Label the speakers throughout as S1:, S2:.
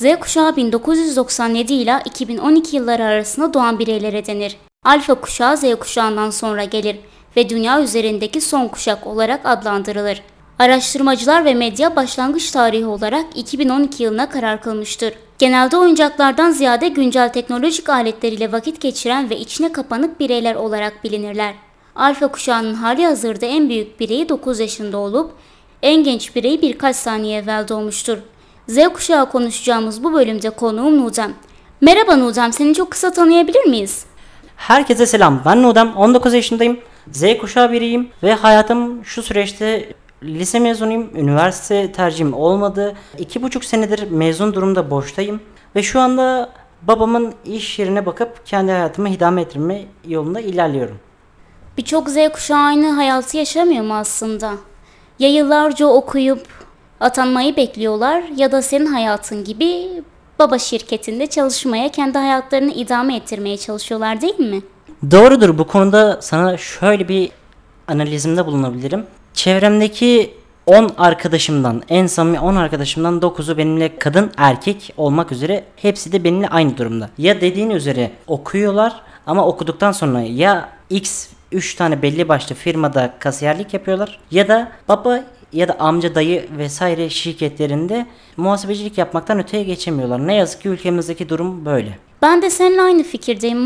S1: Z kuşağı 1997 ile 2012 yılları arasında doğan bireylere denir. Alfa kuşağı Z kuşağından sonra gelir ve dünya üzerindeki son kuşak olarak adlandırılır. Araştırmacılar ve medya başlangıç tarihi olarak 2012 yılına karar kılmıştır. Genelde oyuncaklardan ziyade güncel teknolojik aletleriyle vakit geçiren ve içine kapanık bireyler olarak bilinirler. Alfa kuşağının hali hazırda en büyük bireyi 9 yaşında olup en genç bireyi birkaç saniye evvel doğmuştur. Z kuşağı konuşacağımız bu bölümde konuğum Nudem. Merhaba Nudem, seni çok kısa tanıyabilir miyiz?
S2: Herkese selam, ben Nudem, 19 yaşındayım, Z kuşağı biriyim ve hayatım şu süreçte lise mezunuyum, üniversite tercihim olmadı, 2,5 senedir mezun durumda boştayım ve şu anda babamın iş yerine bakıp kendi hayatımı idame ettirme yolunda ilerliyorum.
S1: Birçok Z kuşağı aynı hayatı yaşamıyor mu aslında? Ya yıllarca okuyup atanmayı bekliyorlar ya da senin hayatın gibi baba şirketinde çalışmaya, kendi hayatlarını idame ettirmeye çalışıyorlar değil mi?
S2: Doğrudur, bu konuda sana şöyle bir analizimde bulunabilirim. Çevremdeki 10 arkadaşımdan, en samimi 10 arkadaşımdan 9'u benimle kadın erkek olmak üzere hepsi de benimle aynı durumda. Ya dediğin üzere okuyorlar ama okuduktan sonra ya X 3 tane belli başlı firmada kasiyerlik yapıyorlar ya da baba ya da amca dayı vesaire şirketlerinde muhasebecilik yapmaktan öteye geçemiyorlar. Ne yazık ki ülkemizdeki durum böyle.
S1: Ben de seninle aynı fikirdeyim.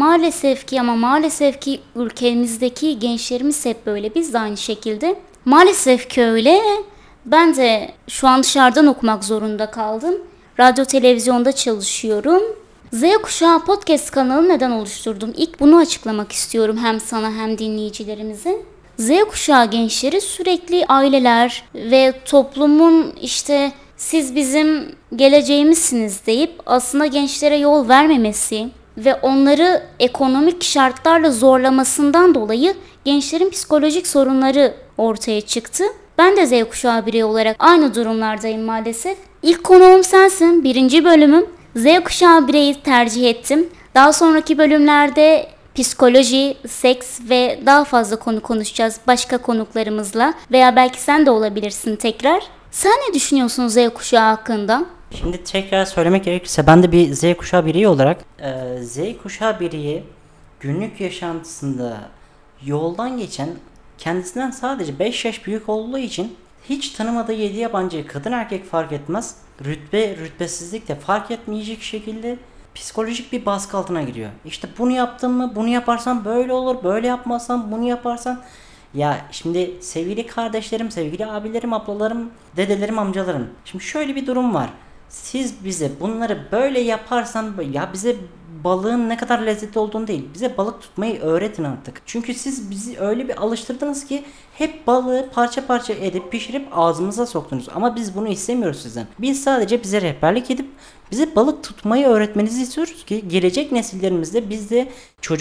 S1: Maalesef ki ülkemizdeki gençlerimiz hep böyle. Biz de aynı şekilde. Maalesef ki öyle. Ben de şu an dışarıdan okumak zorunda kaldım. Radyo televizyonda çalışıyorum. Z kuşağı podcast kanalı neden oluşturdum? İlk bunu açıklamak istiyorum hem sana hem dinleyicilerimize. Z kuşağı gençleri sürekli aileler ve toplumun işte siz bizim geleceğimizsiniz deyip aslında gençlere yol vermemesi ve onları ekonomik şartlarla zorlamasından dolayı gençlerin psikolojik sorunları ortaya çıktı. Ben de Z kuşağı bireyi olarak aynı durumlardayım maalesef. İlk konuğum sensin, 1. bölümüm. Z kuşağı bireyi tercih ettim. Daha sonraki bölümlerde psikoloji, seks ve daha fazla konu konuşacağız başka konuklarımızla veya belki sen de olabilirsin tekrar. Sen ne düşünüyorsun Z kuşağı hakkında?
S2: Şimdi tekrar söylemek gerekirse ben de bir Z kuşağı bireyi olarak Z kuşağı bireyi günlük yaşantısında yoldan geçen, kendisinden sadece 5 yaş büyük olduğu için hiç tanımadığı 7 yabancı kadın erkek fark etmez, rütbesizlik de fark etmeyecek şekilde psikolojik bir baskı altına giriyor. İşte bunu yaptın mı, bunu yaparsan böyle olur, böyle yapmazsan bunu yaparsan. Ya şimdi sevgili kardeşlerim, sevgili abilerim, ablalarım, dedelerim, amcalarım. Şimdi şöyle bir durum var. Siz bize bunları böyle yaparsan, ya bize balığın ne kadar lezzetli olduğunu değil, bize balık tutmayı öğretin artık. Çünkü siz bizi öyle bir alıştırdınız ki hep balığı parça parça edip pişirip ağzımıza soktunuz. Ama biz bunu istemiyoruz sizden. Biz sadece bize rehberlik edip bize balık tutmayı öğretmenizi istiyoruz ki gelecek nesillerimizde biz de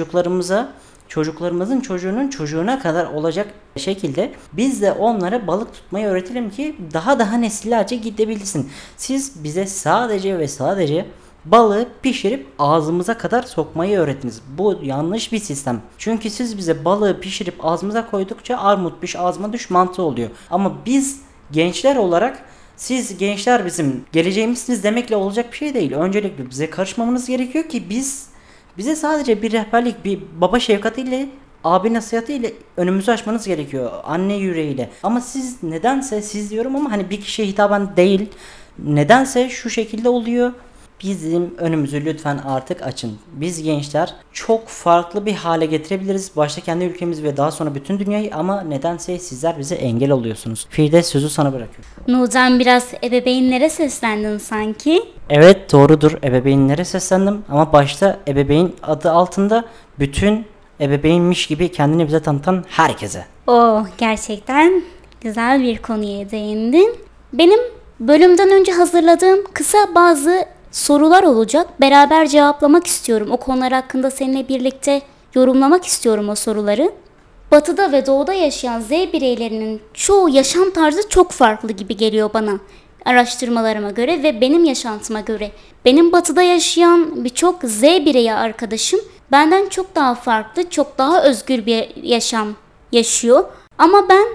S2: çocuklarımızın çocuğunun çocuğuna kadar olacak şekilde biz de onlara balık tutmayı öğretelim ki daha nesillerce gidebilsin. Siz bize sadece ve sadece balığı pişirip ağzımıza kadar sokmayı öğretiniz. Bu yanlış bir sistem. Çünkü siz bize balığı pişirip ağzımıza koydukça armut piş ağzıma düş mantığı oluyor. Ama biz gençler olarak siz gençler bizim geleceğimizsiniz demekle olacak bir şey değil. Öncelikle bize karışmamanız gerekiyor ki bize sadece bir rehberlik, bir baba şefkatiyle, abi nasihatıyla önümüzü açmanız gerekiyor. Anne yüreğiyle. Ama siz nedense, siz diyorum ama hani bir kişiye hitaben değil, nedense şu şekilde oluyor. Bizim önümüzü lütfen artık açın. Biz gençler çok farklı bir hale getirebiliriz. Başta kendi ülkemiz ve daha sonra bütün dünyayı, ama nedense sizler bize engel oluyorsunuz. Firdevs, sözü sana bırakıyorum.
S1: Nurcan, biraz ebeveynlere seslendin sanki.
S2: Evet, doğrudur, ebeveynlere seslendim ama başta ebeveyn adı altında bütün ebeveynmiş gibi kendini bize tanıtan herkese.
S1: Gerçekten güzel bir konuya değindin. Benim bölümden önce hazırladığım kısa bazı sorular olacak. Beraber cevaplamak istiyorum. O konular hakkında seninle birlikte yorumlamak istiyorum o soruları. Batıda ve doğuda yaşayan Z bireylerinin çoğu yaşam tarzı çok farklı gibi geliyor bana. Araştırmalarıma göre ve benim yaşantıma göre. Benim batıda yaşayan birçok Z bireyi arkadaşım benden çok daha farklı, çok daha özgür bir yaşam yaşıyor. Ama ben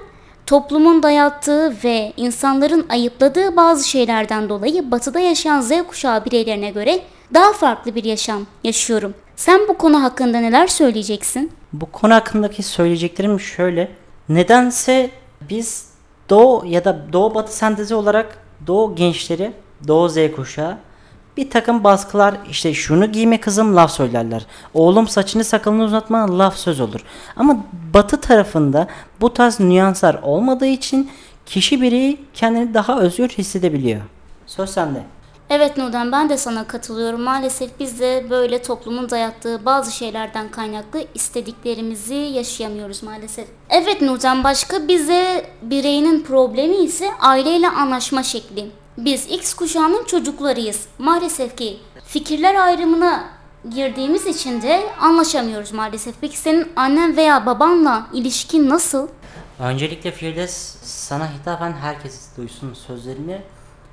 S1: Toplumun dayattığı ve insanların ayıpladığı bazı şeylerden dolayı batıda yaşayan Z kuşağı bireylerine göre daha farklı bir yaşam yaşıyorum. Sen bu konu hakkında neler söyleyeceksin?
S2: Bu konu hakkındaki söyleyeceklerim şöyle. Nedense biz Doğu ya da Doğu Batı sentezi olarak Doğu gençleri, Doğu Z kuşağı bir takım baskılar, işte şunu giyme kızım, laf söylerler. Oğlum saçını sakalını uzatma, laf söz olur. Ama Batı tarafında bu tarz nüanslar olmadığı için kişi bireyi kendini daha özgür hissedebiliyor. Söz sende.
S1: Evet Nurdan, ben de sana katılıyorum. Maalesef biz de böyle toplumun dayattığı bazı şeylerden kaynaklı istediklerimizi yaşayamıyoruz maalesef. Evet Nurdan, başka bize bireyinin problemi ise aileyle anlaşma şekli. Biz X kuşağının çocuklarıyız. Maalesef ki fikirler ayrımına girdiğimiz için de anlaşamıyoruz maalesef. Peki senin annen veya babanla ilişkin nasıl?
S2: Öncelikle Firdevs, sana hitaben herkes duysun sözlerimi.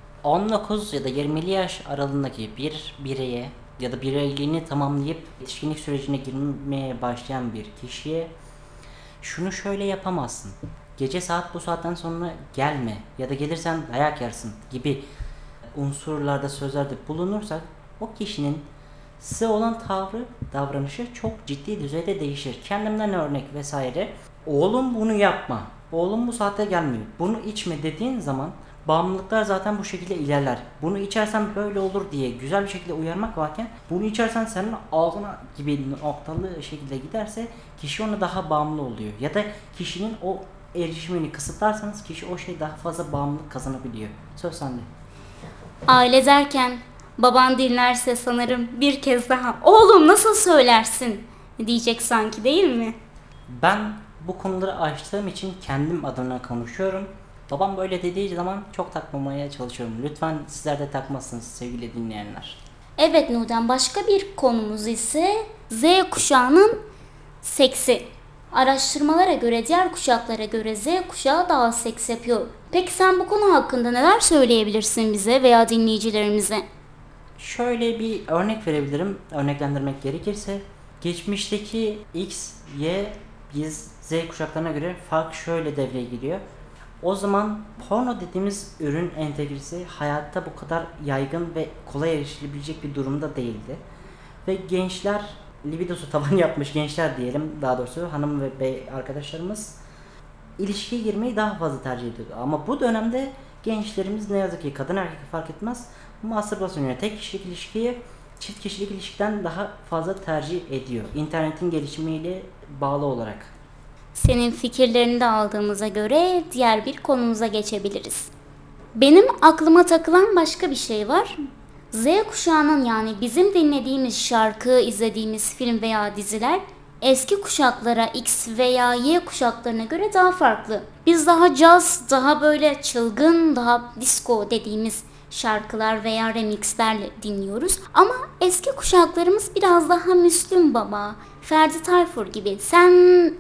S2: 19 ya da 20'li yaş aralığındaki bir bireye ya da bireyliğini tamamlayıp yetişkinlik sürecine girmeye başlayan bir kişiye şunu şöyle yapamazsın, gece saat bu saatten sonra gelme ya da gelirsen dayak yersin gibi unsurlarda, sözlerde bulunursak o kişinin size olan tavrı, davranışı çok ciddi düzeyde değişir. Kendimden örnek vesaire. Oğlum bunu yapma, oğlum bu saatte gelmiyor, bunu içme dediğin zaman bağımlılıklar zaten bu şekilde ilerler. Bunu içersen böyle olur diye güzel bir şekilde uyarmak varken bunu içersen senin ağzına gibi noktalı şekilde giderse kişi ona daha bağımlı oluyor. Ya da kişinin o erişimini kısıtlarsanız kişi o şey daha fazla bağımlılık kazanabiliyor. Söz sende.
S1: Aile derken baban dinlerse sanırım bir kez daha oğlum nasıl söylersin diyecek sanki, değil mi?
S2: Ben bu konuları açtığım için kendim adına konuşuyorum. Babam böyle dediği zaman çok takmamaya çalışıyorum. Lütfen sizler de takmazsınız sevgili dinleyenler.
S1: Evet Nurdan, başka bir konumuz ise Z kuşağının seksi. Araştırmalara göre diğer kuşaklara göre Z kuşağı daha seks yapıyor. Peki sen bu konu hakkında neler söyleyebilirsin bize veya dinleyicilerimize?
S2: Şöyle bir örnek verebilirim, örneklendirmek gerekirse. Geçmişteki X, Y, biz Z kuşaklarına göre fark şöyle devreye giriyor. O zaman porno dediğimiz ürün entegresi hayatta bu kadar yaygın ve kolay erişilebilecek bir durumda değildi. Ve gençler, libidosu tavan yapmış gençler diyelim, daha doğrusu hanım ve bey arkadaşlarımız ilişkiye girmeyi daha fazla tercih ediyordu. Ama bu dönemde gençlerimiz ne yazık ki kadın erkek fark etmez, mastürbasyon yani tek kişilik ilişkiyi çift kişilik ilişkiden daha fazla tercih ediyor. İnternetin gelişimiyle bağlı olarak.
S1: Senin fikirlerini de aldığımıza göre diğer bir konumuza geçebiliriz. Benim aklıma takılan başka bir şey var. Z kuşağının, yani bizim dinlediğimiz şarkı, izlediğimiz film veya diziler eski kuşaklara, X veya Y kuşaklarına göre daha farklı. Biz daha caz, daha böyle çılgın, daha disco dediğimiz şarkılar veya remixlerle dinliyoruz. Ama eski kuşaklarımız biraz daha Müslüm Baba, Ferdi Tayfur gibi. Sen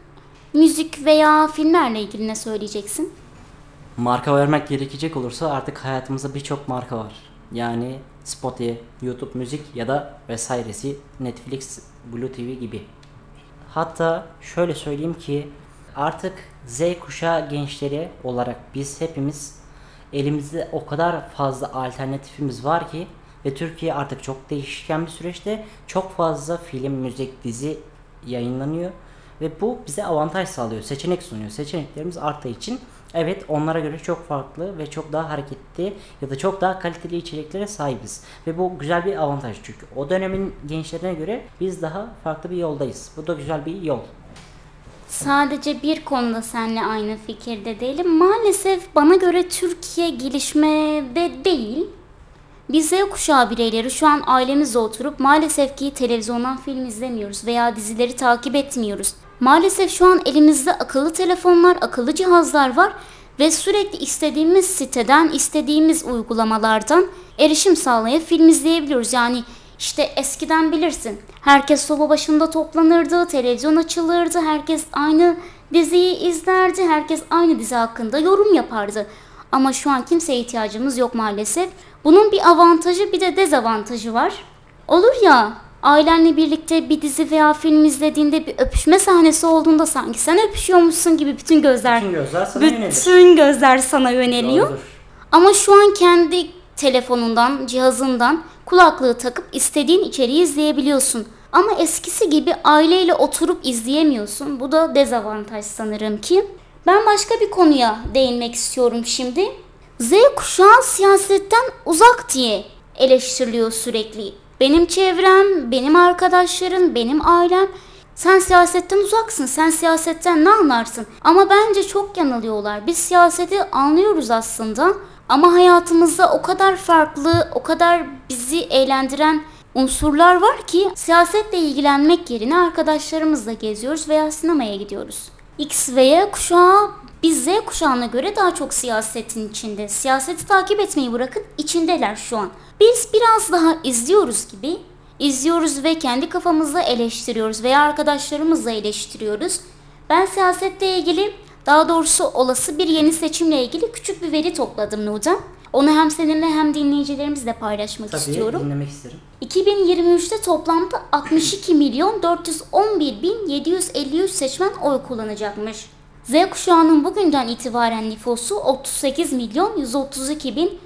S1: müzik veya filmlerle ilgili ne söyleyeceksin?
S2: Marka vermek gerekecek olursa artık hayatımızda birçok marka var. Yani Spotify, YouTube Müzik ya da vesairesi, Netflix, Blue TV gibi. Hatta şöyle söyleyeyim ki artık Z kuşağı gençleri olarak biz hepimiz elimizde o kadar fazla alternatifimiz var ki ve Türkiye artık çok değişken bir süreçte çok fazla film, müzik, dizi yayınlanıyor ve bu bize avantaj sağlıyor, seçenek sunuyor. Seçeneklerimiz arttığı için evet onlara göre çok farklı ve çok daha hareketli ya da çok daha kaliteli içeriklere sahibiz. Ve bu güzel bir avantaj çünkü o dönemin gençlerine göre biz daha farklı bir yoldayız. Bu da güzel bir yol.
S1: Sadece bir konuda seninle aynı fikirde değilim. Maalesef bana göre Türkiye gelişmede değil. Biz Z kuşağı bireyleri şu an ailemizle oturup maalesef ki televizyondan film izlemiyoruz veya dizileri takip etmiyoruz. Maalesef şu an elimizde akıllı telefonlar, akıllı cihazlar var ve sürekli istediğimiz siteden, istediğimiz uygulamalardan erişim sağlayıp film izleyebiliyoruz. Yani işte eskiden bilirsin, herkes soba başında toplanırdı, televizyon açılırdı, herkes aynı diziyi izlerdi, herkes aynı dizi hakkında yorum yapardı. Ama şu an kimseye ihtiyacımız yok maalesef. Bunun bir avantajı bir de dezavantajı var. Olur ya, Ailenle birlikte bir dizi veya film izlediğinde bir öpüşme sahnesi olduğunda sanki sen öpüşüyormuşsun gibi bütün gözler sana yöneliyor.
S2: Doğrudur.
S1: Ama şu an kendi telefonundan, cihazından kulaklığı takıp istediğin içeriği izleyebiliyorsun. Ama eskisi gibi aileyle oturup izleyemiyorsun. Bu da dezavantaj sanırım ki. Ben başka bir konuya değinmek istiyorum şimdi. Z kuşağı siyasetten uzak diye eleştiriliyor sürekli. Benim çevrem, benim arkadaşlarım, benim ailem, sen siyasetten uzaksın, sen siyasetten ne anlarsın? Ama bence çok yanılıyorlar. Biz siyaseti anlıyoruz aslında ama hayatımızda o kadar farklı, o kadar bizi eğlendiren unsurlar var ki siyasetle ilgilenmek yerine arkadaşlarımızla geziyoruz veya sinemaya gidiyoruz. X ve Y kuşağı, biz Z kuşağına göre daha çok siyasetin içinde. Siyaseti takip etmeyi bırakın, içindeler şu an. Biz biraz daha izliyoruz gibi. İzliyoruz ve kendi kafamızla eleştiriyoruz veya arkadaşlarımızla eleştiriyoruz. Ben siyasetle ilgili, daha doğrusu olası bir yeni seçimle ilgili küçük bir veri topladım Nurcan. Onu hem seninle hem dinleyicilerimizle paylaşmak istiyorum.
S2: Tabii, dinlemek isterim.
S1: 2023'te toplamda 62 milyon 411 bin 753 seçmen oy kullanacakmış. Z kuşağının bugünden itibaren nüfusu 38 milyon 132 bin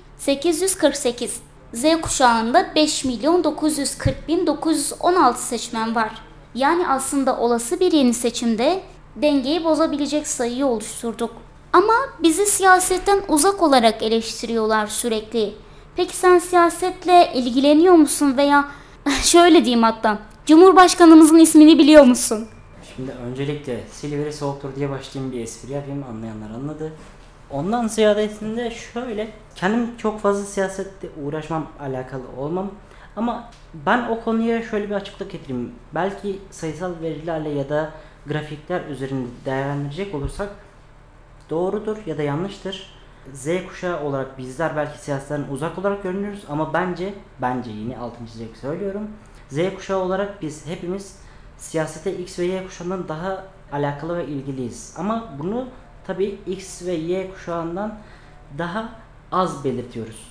S1: 848. Z kuşağında 5 milyon 940 bin 916 seçmen var. Yani aslında olası bir yeni seçimde dengeyi bozabilecek sayıyı oluşturduk. Ama bizi siyasetten uzak olarak eleştiriyorlar sürekli. Peki sen siyasetle ilgileniyor musun veya şöyle diyeyim hatta, Cumhurbaşkanımızın ismini biliyor musun?
S2: Şimdi öncelikle Silivri soğuktur diye başlayayım, bir espri yapayım, anlayanlar anladı. Ondan ziyadesinde şöyle, kendim çok fazla siyasetle uğraşmam, alakalı olmam. Ama ben o konuya şöyle bir açıklık getireyim. Belki sayısal verilerle ya da grafikler üzerinde değerlendirecek olursak doğrudur ya da yanlıştır. Z kuşağı olarak bizler belki siyasetten uzak olarak görünüyoruz ama bence yine altını çizerek söylüyorum. Z kuşağı olarak biz hepimiz siyasete X ve Y kuşağından daha alakalı ve ilgiliyiz. Ama bunu tabii X ve Y kuşağından daha az belirtiyoruz.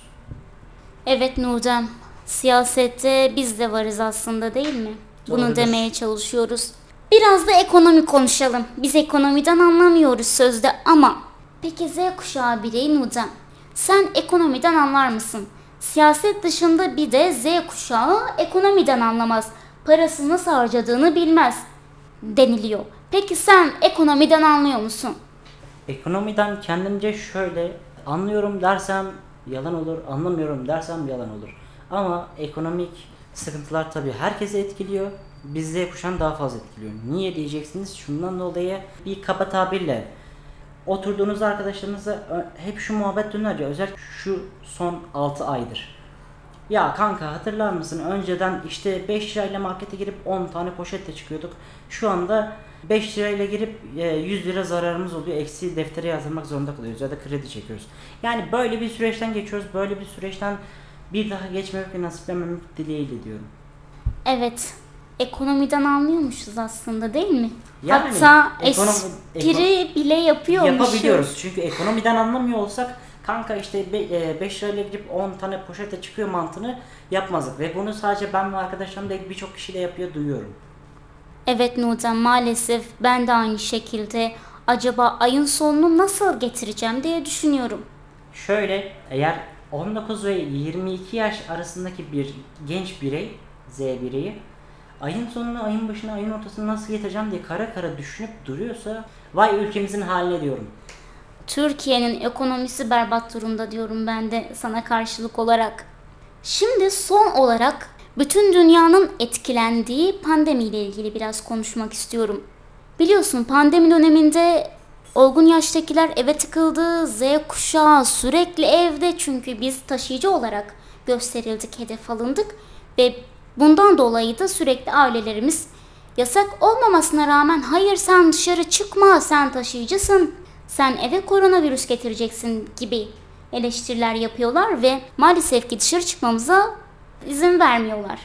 S1: Evet Nurcan, siyasette biz de varız aslında, değil mi? Bunu
S2: Doğrudur.
S1: demeye çalışıyoruz. Biraz da ekonomi konuşalım. Biz ekonomiden anlamıyoruz sözde ama peki Z kuşağı bireyi Nurcan, sen ekonomiden anlar mısın? Siyaset dışında bir de Z kuşağı ekonomiden anlamaz. Parasını nasıl harcadığını bilmez deniliyor. Peki sen ekonomiden anlıyor musun?
S2: Ekonomiden kendimce şöyle anlıyorum dersem yalan olur, anlamıyorum dersem yalan olur. Ama ekonomik sıkıntılar tabii herkesi etkiliyor. Biz Z kuşağını daha fazla etkiliyor. Niye diyeceksiniz? Şundan dolayı, bir kaba tabirle oturduğunuz arkadaşlarınızla hep şu muhabbet döner ya, özellikle şu son 6 aydır. Ya kanka hatırlar mısın? Önceden işte 5 lirayla markete girip 10 tane poşetle çıkıyorduk. Şu anda 5 lirayla girip 100 lira zararımız oluyor. Eksi deftere yazdırmak zorunda kalıyoruz ya da kredi çekiyoruz. Yani böyle bir süreçten geçiyoruz. Böyle bir süreçten bir daha geçmemek ve nasiplenmemek dileğiyle diyorum.
S1: Evet, ekonomiden anlıyormuşuz aslında, değil mi?
S2: Yani
S1: Hatta espri bile yapıyormuşuz.
S2: Yapabiliyoruz. Çünkü ekonomiden anlamıyor olsak kanka işte 5 lirayla gidip 10 tane poşete çıkıyor mantığını yapmazdık. Ve bunu sadece ben ve arkadaşlarım değil, birçok kişi de yapıyor, duyuyorum.
S1: Evet Nurcan, maalesef ben de aynı şekilde acaba ayın sonunu nasıl getireceğim diye düşünüyorum.
S2: Şöyle, eğer 19 ve 22 yaş arasındaki bir genç birey, Z bireyi, ayın sonunu, ayın başını, ayın ortasını nasıl getireceğim diye kara kara düşünüp duruyorsa vay ülkemizin haline diyorum.
S1: Türkiye'nin ekonomisi berbat durumda diyorum ben de sana karşılık olarak. Şimdi son olarak bütün dünyanın etkilendiği pandemiyle ilgili biraz konuşmak istiyorum. Biliyorsun pandemi döneminde olgun yaştakiler eve tıkıldı, Z kuşağı sürekli evde çünkü biz taşıyıcı olarak gösterildik, hedef alındık ve bundan dolayı da sürekli ailelerimiz yasak olmamasına rağmen hayır sen dışarı çıkma, sen taşıyıcısın, sen eve koronavirüs getireceksin gibi eleştiriler yapıyorlar ve maalesef ki dışarı çıkmamıza izin vermiyorlar.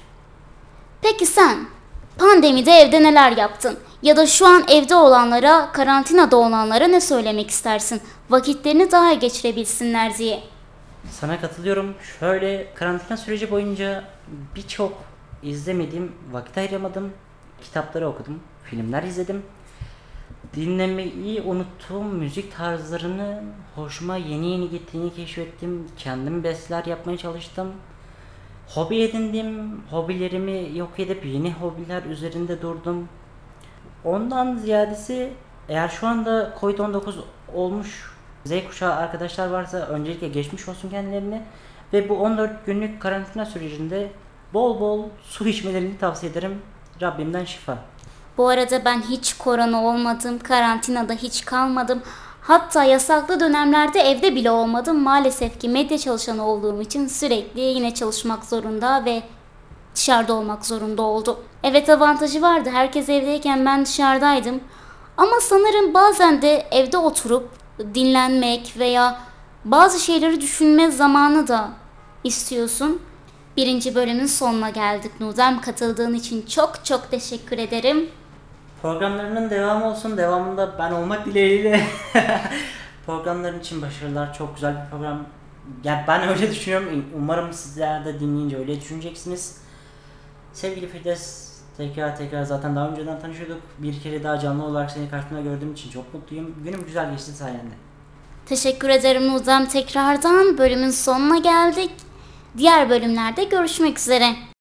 S1: Peki sen pandemide evde neler yaptın? Ya da şu an evde olanlara, karantinada olanlara ne söylemek istersin? Vakitlerini daha iyi geçirebilsinler diye.
S2: Sana katılıyorum. Şöyle, karantina süreci boyunca birçok izlemediğim, vakit ayıramadım. Kitapları okudum, filmler izledim. Dinlemeyi unuttuğum müzik tarzlarını hoşuma yeni gittiğini keşfettim. Kendim besteler yapmaya çalıştım. Hobi edindim. Hobilerimi yok edip yeni hobiler üzerinde durdum. Ondan ziyadesi, eğer şu anda Covid-19 olmuş Z kuşağı arkadaşlar varsa öncelikle geçmiş olsun kendilerine ve bu 14 günlük karantina sürecinde bol bol su içmelerini tavsiye ederim. Rabbimden şifa.
S1: Bu arada ben hiç korona olmadım, karantinada hiç kalmadım. Hatta yasaklı dönemlerde evde bile olmadım. Maalesef ki medya çalışanı olduğum için sürekli yine çalışmak zorunda ve dışarıda olmak zorunda oldu. Evet, avantajı vardı. Herkes evdeyken ben dışarıdaydım. Ama sanırım bazen de evde oturup dinlenmek veya bazı şeyleri düşünme zamanı da istiyorsun. Birinci bölümün sonuna geldik. Nudem, katıldığın için çok çok teşekkür ederim.
S2: Programlarının devamı olsun. Devamında ben olmak dileğiyle. Programların için başarılar. Çok güzel bir program. Yani ben öyle düşünüyorum. Umarım sizler de dinleyince öyle düşüneceksiniz. Sevgili Firdevs, tekrar zaten daha önceden tanışıyorduk. Bir kere daha canlı olarak seni karşımda gördüğüm için çok mutluyum. Günüm güzel geçti sayende.
S1: Teşekkür ederim Nudem, tekrardan bölümün sonuna geldik. Diğer bölümlerde görüşmek üzere.